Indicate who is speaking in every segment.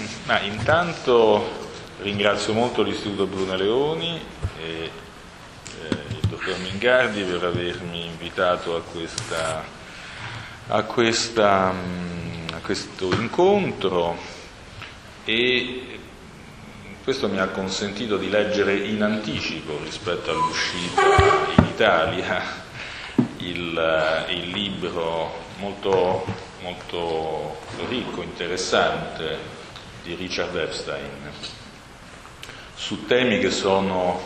Speaker 1: Intanto ringrazio molto l'Istituto Bruno Leoni e il dottor Mingardi per avermi invitato a questo incontro, e questo mi ha consentito di leggere in anticipo rispetto all'uscita in Italia il libro molto ricco, interessante di Richard Epstein su temi che sono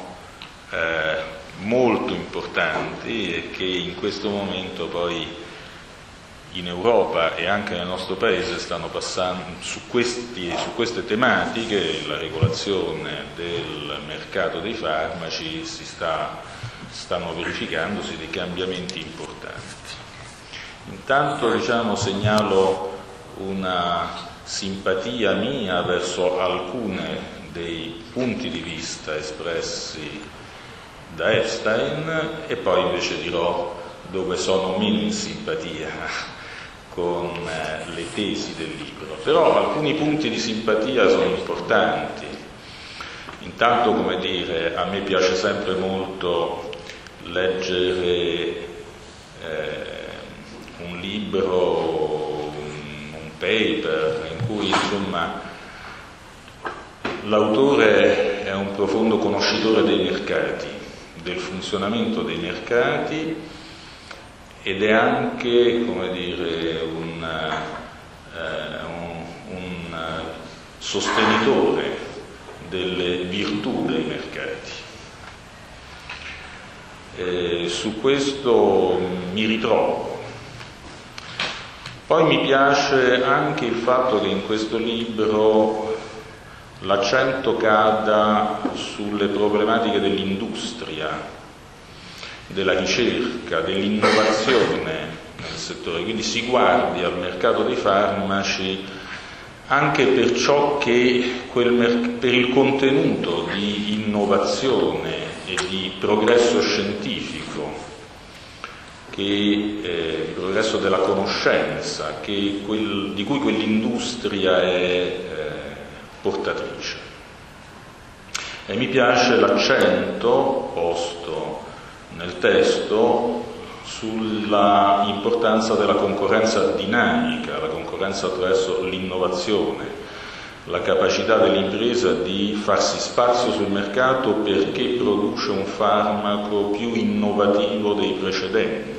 Speaker 1: molto importanti e che in questo momento poi in Europa e anche nel nostro Paese stanno passando su queste tematiche. La regolazione del mercato dei farmaci stanno verificandosi dei cambiamenti importanti. Intanto segnalo una simpatia mia verso alcuni dei punti di vista espressi da Epstein, e poi invece dirò dove sono meno in simpatia con le tesi del libro. Però alcuni punti di simpatia sono importanti. Intanto, a me piace sempre molto leggere un libro, un paper in cui l'autore è un profondo conoscitore dei mercati, del funzionamento dei mercati, ed è anche un sostenitore delle virtù dei mercati. Su questo mi ritrovo. Poi mi piace anche il fatto che in questo libro l'accento cada sulle problematiche dell'industria, della ricerca, dell'innovazione nel settore, quindi si guardi al mercato dei farmaci anche per ciò che per il contenuto di innovazione e di progresso scientifico, il progresso della conoscenza di cui quell'industria è portatrice. E mi piace l'accento posto nel testo sulla importanza della concorrenza dinamica, la concorrenza attraverso l'innovazione, la capacità dell'impresa di farsi spazio sul mercato perché produce un farmaco più innovativo dei precedenti.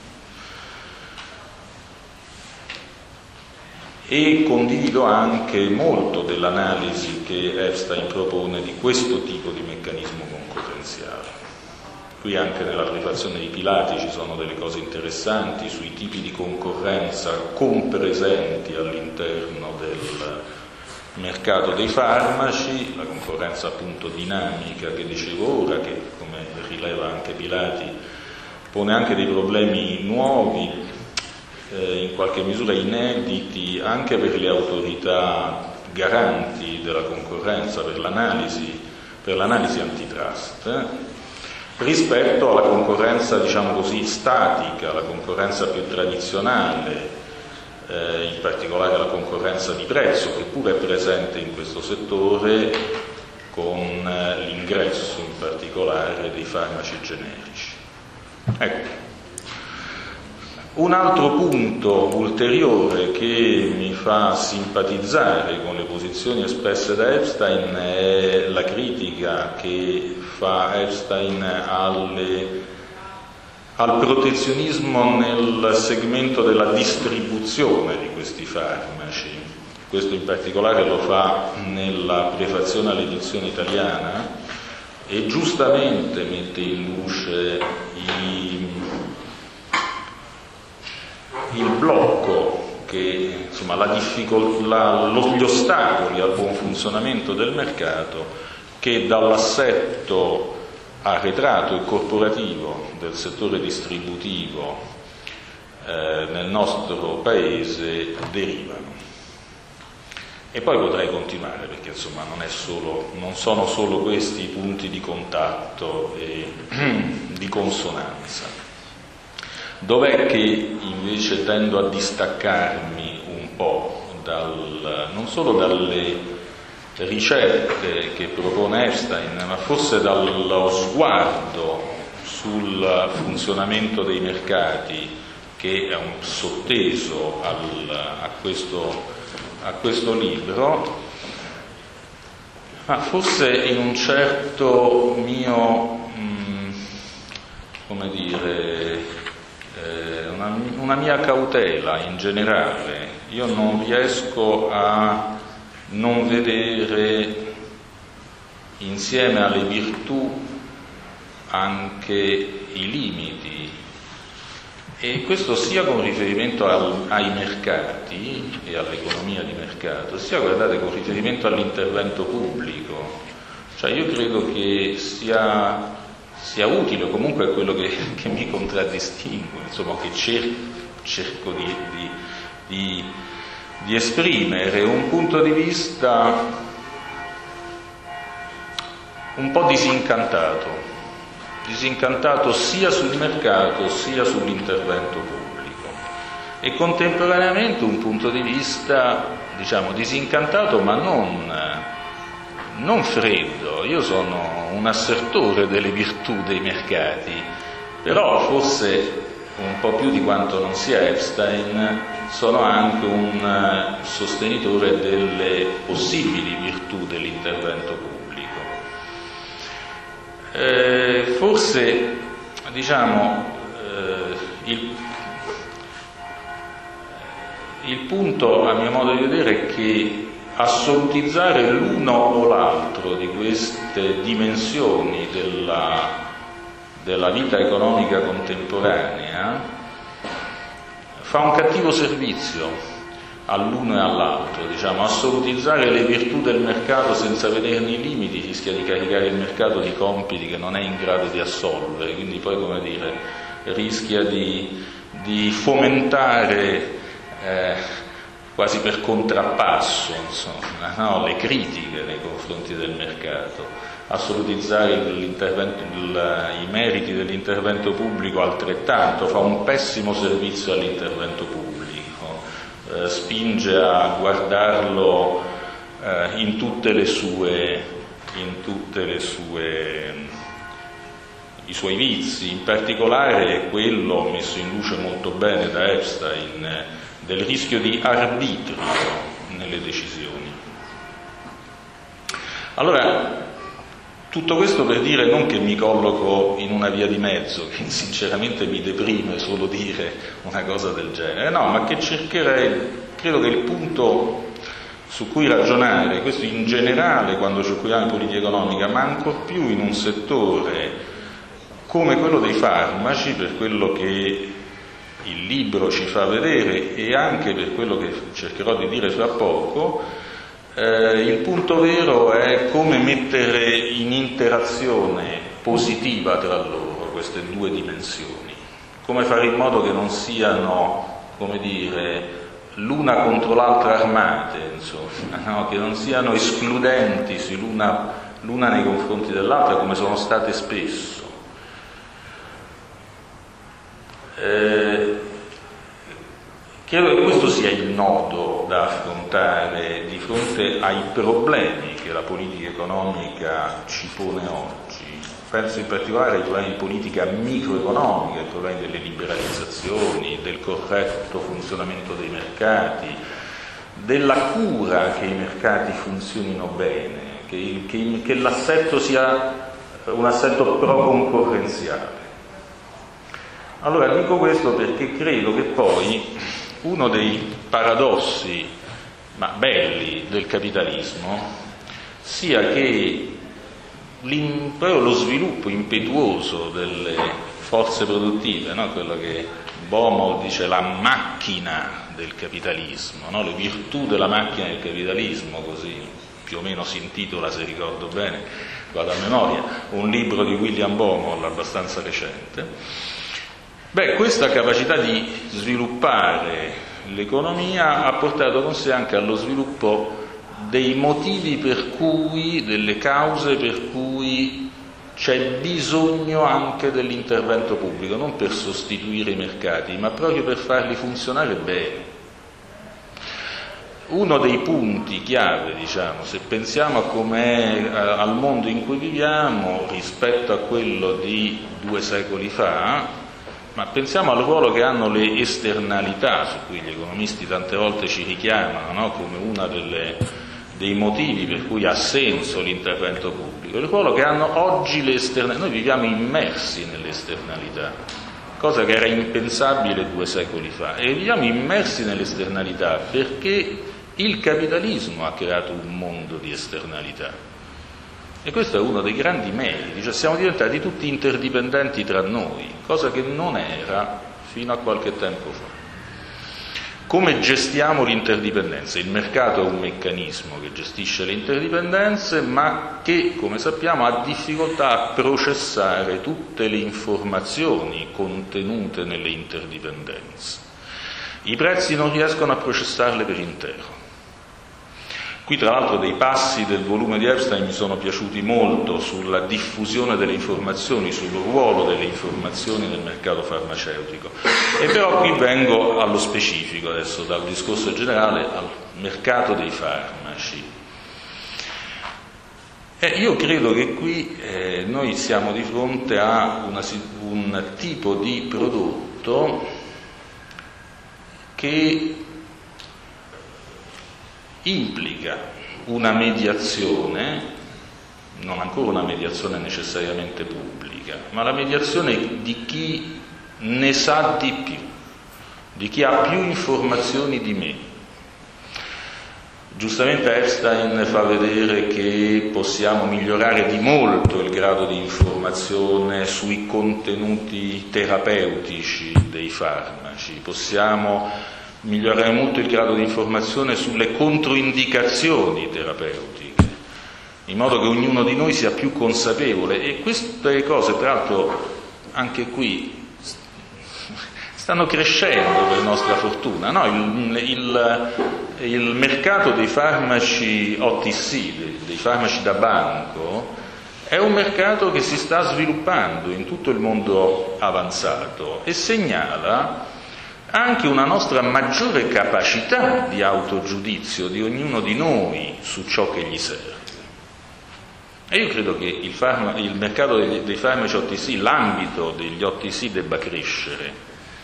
Speaker 1: E condivido anche molto dell'analisi che Epstein propone di questo tipo di meccanismo concorrenziale. Qui anche nella prefazione di Pilati ci sono delle cose interessanti sui tipi di concorrenza compresenti all'interno del mercato dei farmaci, la concorrenza appunto dinamica che dicevo ora, che come rileva anche Pilati pone anche dei problemi nuovi, in qualche misura inediti anche per le autorità garanti della concorrenza, per l'analisi antitrust, rispetto alla concorrenza statica, la concorrenza più tradizionale, in particolare la concorrenza di prezzo, che pure è presente in questo settore con l'ingresso in particolare dei farmaci generici. Ecco. Un altro punto ulteriore che mi fa simpatizzare con le posizioni espresse da Epstein è la critica che fa Epstein al protezionismo nel segmento della distribuzione di questi farmaci. Questo in particolare lo fa nella prefazione all'edizione italiana e giustamente mette in luce il blocco, gli ostacoli al buon funzionamento del mercato che dall'assetto arretrato e corporativo del settore distributivo nel nostro Paese derivano. E poi potrei continuare perché non sono solo questi i punti di contatto e di consonanza. Dov'è che invece tendo a distaccarmi un po' non non solo dalle ricette che propone Epstein, ma forse dallo sguardo sul funzionamento dei mercati che è un sotteso a questo libro, ma forse in un certo mio, come dire, una mia cautela in generale. Io non riesco a non vedere insieme alle virtù anche i limiti, e questo sia con riferimento ai mercati e all'economia di mercato, sia, guardate, con riferimento all'intervento pubblico. Cioè io credo che sia utile, comunque è quello che mi contraddistingue, insomma, che cerco di esprimere un punto di vista un po' disincantato sia sul mercato sia sull'intervento pubblico, e contemporaneamente un punto di vista, diciamo, disincantato ma non freddo. Io sono un assertore delle virtù dei mercati, però forse un po' più di quanto non sia Epstein sono anche un sostenitore delle possibili virtù dell'intervento pubblico. Forse, diciamo, il punto, a mio modo di vedere, è che assolutizzare l'uno o l'altro di queste dimensioni della vita economica contemporanea fa un cattivo servizio all'uno e all'altro. Diciamo, assolutizzare le virtù del mercato senza vederne i limiti rischia di caricare il mercato di compiti che non è in grado di assolvere, quindi poi, come dire, rischia di fomentare quasi per contrappasso, insomma, no, le critiche nei confronti del mercato. Assolutizzare i meriti dell'intervento pubblico altrettanto fa un pessimo servizio all'intervento pubblico, spinge a guardarlo in tutte i suoi vizi, in particolare quello messo in luce molto bene da Epstein del rischio di arbitrio nelle decisioni. Allora, tutto questo per dire non che mi colloco in una via di mezzo, che sinceramente mi deprime solo dire una cosa del genere, no, ma che credo che il punto su cui ragionare, questo in generale quando ci occupiamo di politica economica, ma ancor più in un settore come quello dei farmaci, per quello che il libro ci fa vedere e anche per quello che cercherò di dire fra poco, il punto vero è come mettere in interazione positiva tra loro queste due dimensioni, come fare in modo che non siano, come dire, l'una contro l'altra armate, insomma, no? Che non siano escludenti l'una nei confronti dell'altra, come sono state spesso. Credo che questo sia il nodo da affrontare di fronte ai problemi che la politica economica ci pone oggi. Penso in particolare ai problemi di politica microeconomica, ai problemi delle liberalizzazioni, del corretto funzionamento dei mercati, della cura che i mercati funzionino bene, che l'assetto sia un assetto pro-concorrenziale. Allora dico questo perché credo che poi uno dei paradossi, ma belli, del capitalismo sia che proprio lo sviluppo impetuoso delle forze produttive, no? Quello che Baumol dice la macchina del capitalismo, no? Le virtù della macchina del capitalismo, così più o meno si intitola, se ricordo bene, vado a memoria, un libro di William Baumol abbastanza recente. Beh, questa capacità di sviluppare l'economia ha portato con sé anche allo sviluppo dei motivi per cui, delle cause per cui c'è bisogno anche dell'intervento pubblico, non per sostituire i mercati, ma proprio per farli funzionare bene. uno dei punti chiave, diciamo, se pensiamo a com'è al mondo in cui viviamo rispetto a quello di 2 secoli fa, ma pensiamo al ruolo che hanno le esternalità, su cui gli economisti tante volte ci richiamano, no? Come uno dei motivi per cui ha senso l'intervento pubblico, il ruolo che hanno oggi le esternalità. Noi viviamo immersi nelle esternalità, cosa che era impensabile 2 secoli fa, e viviamo immersi nelle esternalità perché il capitalismo ha creato un mondo di esternalità, e questo è uno dei grandi meriti, cioè siamo diventati tutti interdipendenti tra noi, cosa che non era fino a qualche tempo fa. Come gestiamo l'interdipendenza? Il mercato è un meccanismo che gestisce le interdipendenze, ma che, come sappiamo, ha difficoltà a processare tutte le informazioni contenute nelle interdipendenze. I prezzi non riescono a processarle per intero. Qui tra l'altro dei passi del volume di Epstein mi sono piaciuti molto sulla diffusione delle informazioni, sul ruolo delle informazioni nel mercato farmaceutico. E però qui vengo allo specifico adesso, dal discorso generale al mercato dei farmaci. Io credo che qui noi siamo di fronte a un tipo di prodotto che implica una mediazione, non ancora una mediazione necessariamente pubblica, ma la mediazione di chi ne sa di più, di chi ha più informazioni di me. Giustamente Epstein fa vedere che possiamo migliorare di molto il grado di informazione sui contenuti terapeutici dei farmaci, possiamo migliorare molto il grado di informazione sulle controindicazioni terapeutiche, in modo che ognuno di noi sia più consapevole. E queste cose, tra l'altro, anche qui stanno crescendo per nostra fortuna, no? Il mercato dei farmaci OTC, dei farmaci da banco, è un mercato che si sta sviluppando in tutto il mondo avanzato e segnala anche una nostra maggiore capacità di autogiudizio di ognuno di noi su ciò che gli serve. E io credo che il mercato dei farmaci OTC, l'ambito degli OTC debba crescere,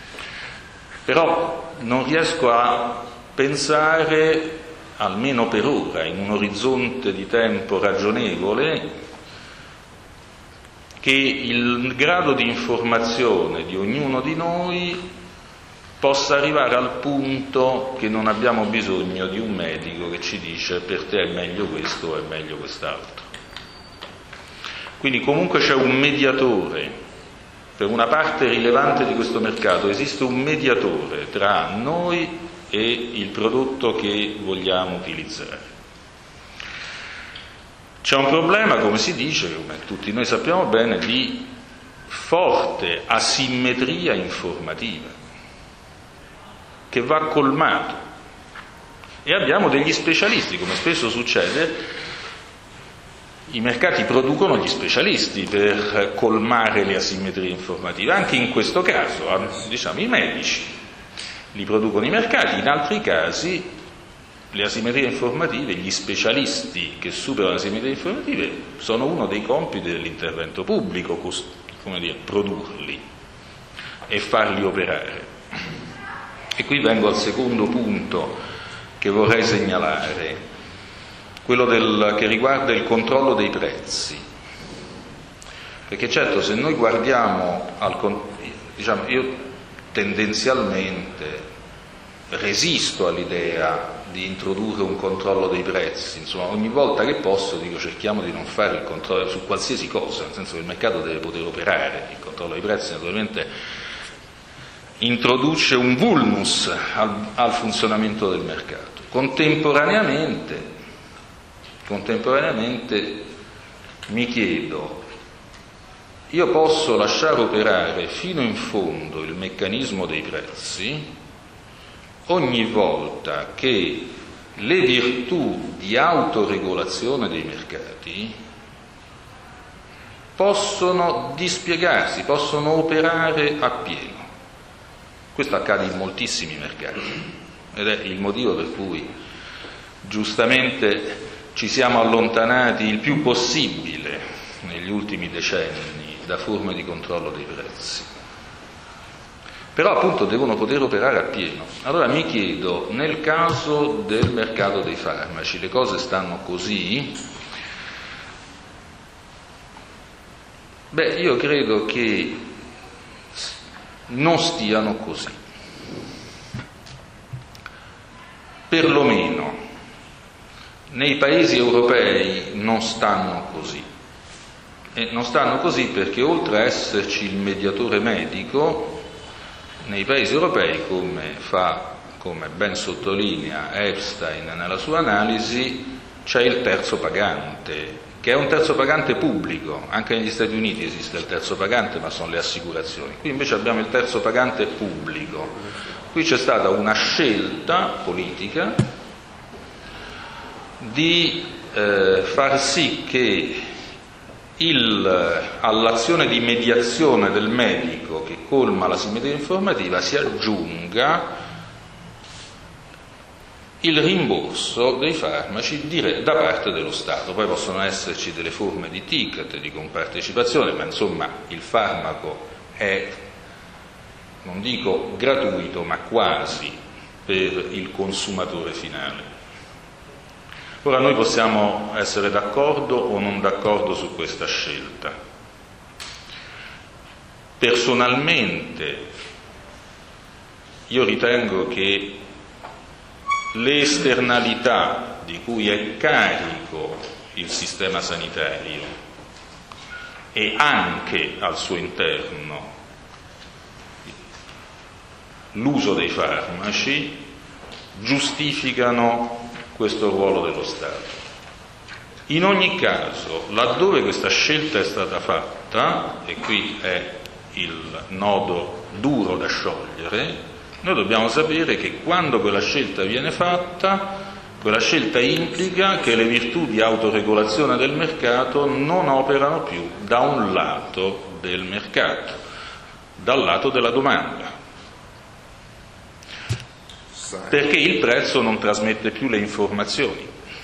Speaker 1: però non riesco a pensare, almeno per ora, in un orizzonte di tempo ragionevole, che il grado di informazione di ognuno di noi possa arrivare al punto che non abbiamo bisogno di un medico che ci dice per te è meglio questo o è meglio quest'altro. Quindi comunque c'è un mediatore, per una parte rilevante di questo mercato esiste un mediatore tra noi e il prodotto che vogliamo utilizzare. C'è un problema, come si dice, come tutti noi sappiamo bene, di forte asimmetria informativa, che va colmato, e abbiamo degli specialisti, come spesso succede, i mercati producono gli specialisti per colmare le asimmetrie informative. Anche in questo caso, diciamo, i medici li producono i mercati, in altri casi le asimmetrie informative, gli specialisti che superano le asimmetrie informative sono uno dei compiti dell'intervento pubblico, come dire, produrli e farli operare. E qui vengo al secondo punto che vorrei segnalare, quello che riguarda il controllo dei prezzi. Perché certo, se noi guardiamo diciamo, io tendenzialmente resisto all'idea di introdurre un controllo dei prezzi, insomma ogni volta che posso dico cerchiamo di non fare il controllo su qualsiasi cosa, nel senso che il mercato deve poter operare, il controllo dei prezzi naturalmente introduce un vulnus al funzionamento del mercato. Contemporaneamente mi chiedo, io posso lasciare operare fino in fondo il meccanismo dei prezzi ogni volta che le virtù di autoregolazione dei mercati possono dispiegarsi, possono operare appieno. Questo accade in moltissimi mercati ed è il motivo per cui giustamente ci siamo allontanati il più possibile negli ultimi decenni da forme di controllo dei prezzi. Però appunto devono poter operare appieno. Allora mi chiedo, nel caso del mercato dei farmaci, le cose stanno così? Io credo che non stiano così. Perlomeno nei paesi europei non stanno così. E non stanno così perché oltre a esserci il mediatore medico, nei paesi europei, come ben sottolinea Epstein nella sua analisi, c'è il terzo pagante, che è un terzo pagante pubblico. Anche negli Stati Uniti esiste il terzo pagante, ma sono le assicurazioni. Qui invece abbiamo il terzo pagante pubblico. Qui c'è stata una scelta politica di far sì che all'azione di mediazione del medico che colma la simmetria informativa si aggiunga il rimborso dei farmaci da parte dello Stato. Poi possono esserci delle forme di ticket, di compartecipazione, ma insomma il farmaco è, non dico gratuito, ma quasi per il consumatore finale. Ora noi possiamo essere d'accordo o non d'accordo su questa scelta. Personalmente io ritengo che le esternalità di cui è carico il sistema sanitario e anche al suo interno l'uso dei farmaci giustificano questo ruolo dello Stato. In ogni caso, laddove questa scelta è stata fatta, e qui è il nodo duro da sciogliere, noi dobbiamo sapere che quando quella scelta viene fatta, quella scelta implica che le virtù di autoregolazione del mercato non operano più da un lato del mercato, dal lato della domanda. Perché il prezzo non trasmette più le informazioni,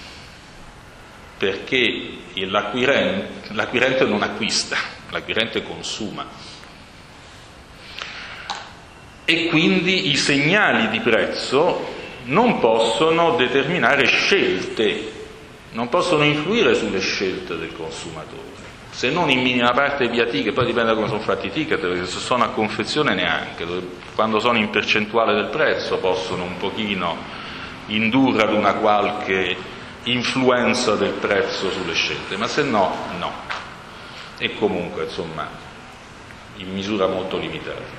Speaker 1: perché l'acquirente non acquista, l'acquirente consuma. E quindi i segnali di prezzo non possono determinare scelte, non possono influire sulle scelte del consumatore, se non in minima parte via ticket, poi dipende da come sono fatti i ticket, perché se sono a confezione neanche, quando sono in percentuale del prezzo possono un pochino indurre ad una qualche influenza del prezzo sulle scelte, ma se no, no. E comunque, insomma, in misura molto limitata.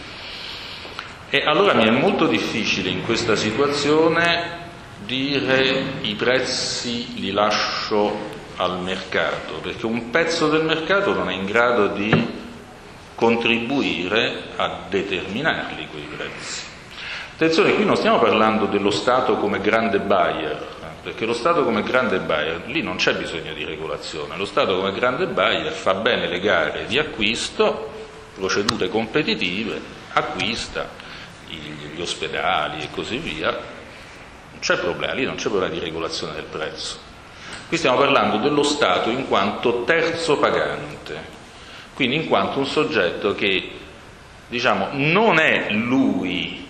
Speaker 1: E allora mi è molto difficile in questa situazione dire i prezzi li lascio al mercato, perché un pezzo del mercato non è in grado di contribuire a determinarli quei prezzi. Attenzione, qui non stiamo parlando dello Stato come grande buyer, perché lo Stato come grande buyer, lì non c'è bisogno di regolazione, lo Stato come grande buyer fa bene le gare di acquisto, procedure competitive, acquista gli ospedali e così via, non c'è problema, lì non c'è problema di regolazione del prezzo. Qui stiamo parlando dello Stato in quanto terzo pagante, quindi in quanto un soggetto che, diciamo, non è lui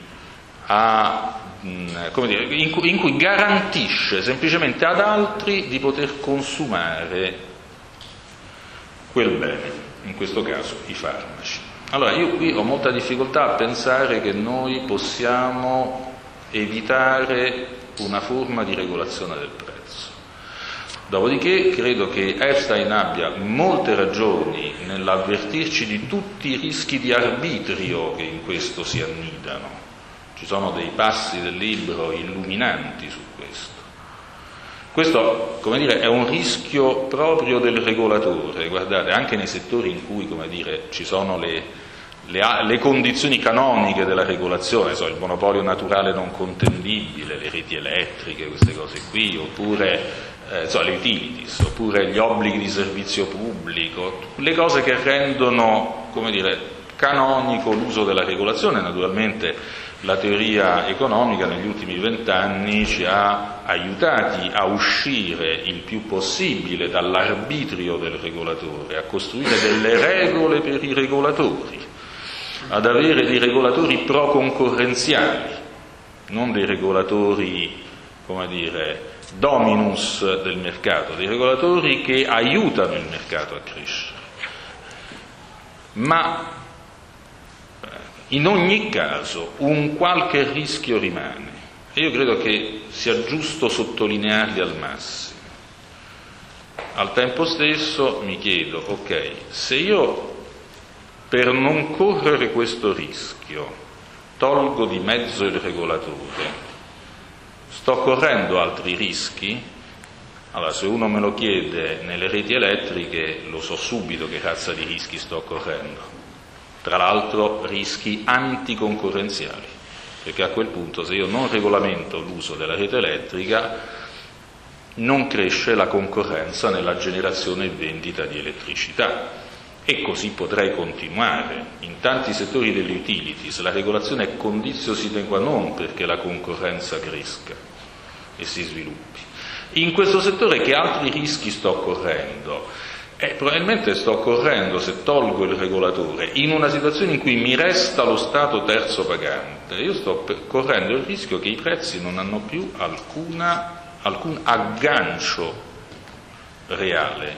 Speaker 1: in cui garantisce semplicemente ad altri di poter consumare quel bene, in questo caso i farmaci. Allora io qui ho molta difficoltà a pensare che noi possiamo evitare una forma di regolazione del prezzo. Dopodiché credo che Epstein abbia molte ragioni nell'avvertirci di tutti i rischi di arbitrio che in questo si annidano. Ci sono dei passi del libro illuminanti su questo. Questo, come dire, è un rischio proprio del regolatore. Guardate, anche nei settori in cui, come dire, ci sono le condizioni canoniche della regolazione, il monopolio naturale non contendibile, le reti elettriche, queste cose qui, oppure le utilities, oppure gli obblighi di servizio pubblico, le cose che rendono, come dire, canonico l'uso della regolazione. Naturalmente la teoria economica negli ultimi 20 anni ci ha aiutati a uscire il più possibile dall'arbitrio del regolatore, a costruire delle regole per i regolatori, ad avere dei regolatori pro-concorrenziali, non dei regolatori, come dire, dominus del mercato, dei regolatori che aiutano il mercato a crescere. Ma in ogni caso un qualche rischio rimane e io credo che sia giusto sottolinearli al massimo. Al tempo stesso mi chiedo, ok, se io per non correre questo rischio tolgo di mezzo il regolatore, sto correndo altri rischi? Allora, se uno me lo chiede nelle reti elettriche, lo so subito che razza di rischi sto correndo. Tra l'altro rischi anticoncorrenziali, perché a quel punto se io non regolamento l'uso della rete elettrica non cresce la concorrenza nella generazione e vendita di elettricità e così potrei continuare. In tanti settori delle utilities la regolazione è conditio sine qua non perché la concorrenza cresca e si sviluppi. In questo settore che altri rischi sto correndo? Probabilmente sto correndo, se tolgo il regolatore, in una situazione in cui mi resta lo Stato terzo pagante, io sto correndo il rischio che i prezzi non hanno più alcun aggancio reale,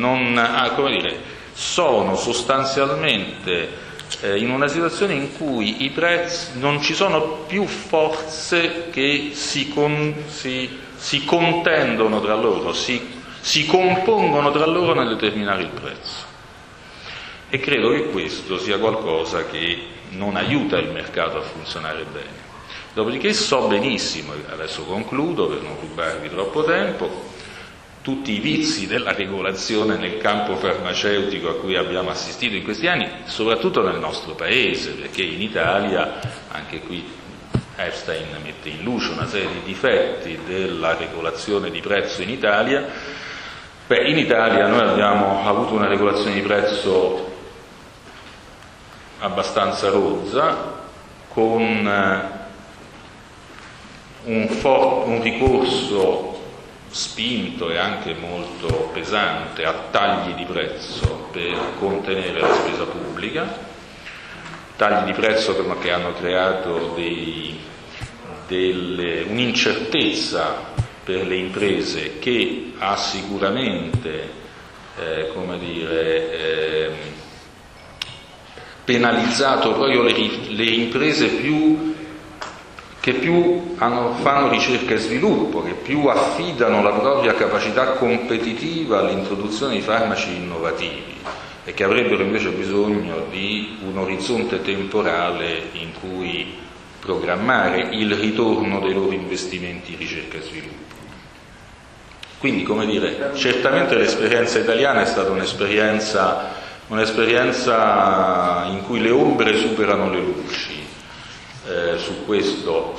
Speaker 1: sono sostanzialmente in una situazione in cui i prezzi non ci sono più forze che si contendono tra loro, si compongono tra loro nel determinare il prezzo. E credo che questo sia qualcosa che non aiuta il mercato a funzionare bene. Dopodiché so benissimo, adesso concludo per non rubarvi troppo tempo, tutti i vizi della regolazione nel campo farmaceutico a cui abbiamo assistito in questi anni, soprattutto nel nostro Paese, perché in Italia, anche qui Epstein mette in luce una serie di difetti della regolazione di prezzo in Italia. In Italia noi abbiamo avuto una regolazione di prezzo abbastanza rozza, con un ricorso spinto e anche molto pesante a tagli di prezzo per contenere la spesa pubblica, tagli di prezzo che hanno creato un'incertezza per le imprese che ha sicuramente penalizzato proprio le imprese che più fanno ricerca e sviluppo, che più affidano la propria capacità competitiva all'introduzione di farmaci innovativi e che avrebbero invece bisogno di un orizzonte temporale in cui programmare il ritorno dei loro investimenti in ricerca e sviluppo. Quindi, certamente l'esperienza italiana è stata un'esperienza in cui le ombre superano le luci. Su questo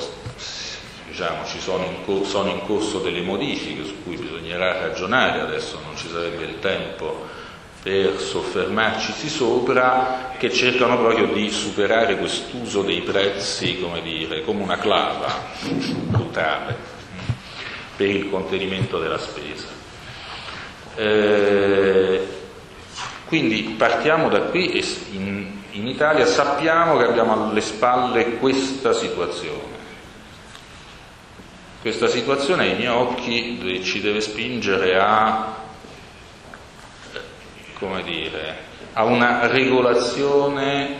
Speaker 1: sono in corso delle modifiche su cui bisognerà ragionare, adesso non ci sarebbe il tempo per soffermarci sopra, che cercano proprio di superare quest'uso dei prezzi come una clava brutale per il contenimento della spesa. Quindi partiamo da qui e in Italia sappiamo che abbiamo alle spalle questa situazione. Questa situazione ai miei occhi ci deve spingere a una regolazione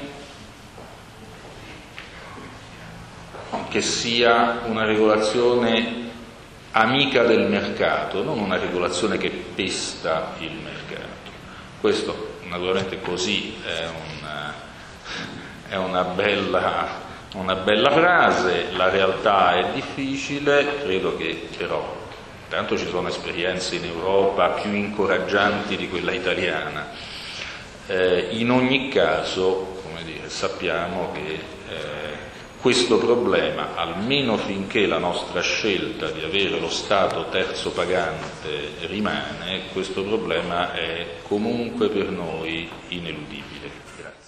Speaker 1: che sia una regolazione amica del mercato, non una regolazione che pesta il mercato. Questo naturalmente così è una bella frase, la realtà è difficile, credo che però intanto ci sono esperienze in Europa più incoraggianti di quella italiana. In ogni caso, sappiamo che questo problema, almeno finché la nostra scelta di avere lo Stato terzo pagante rimane, questo problema è comunque per noi ineludibile. Grazie.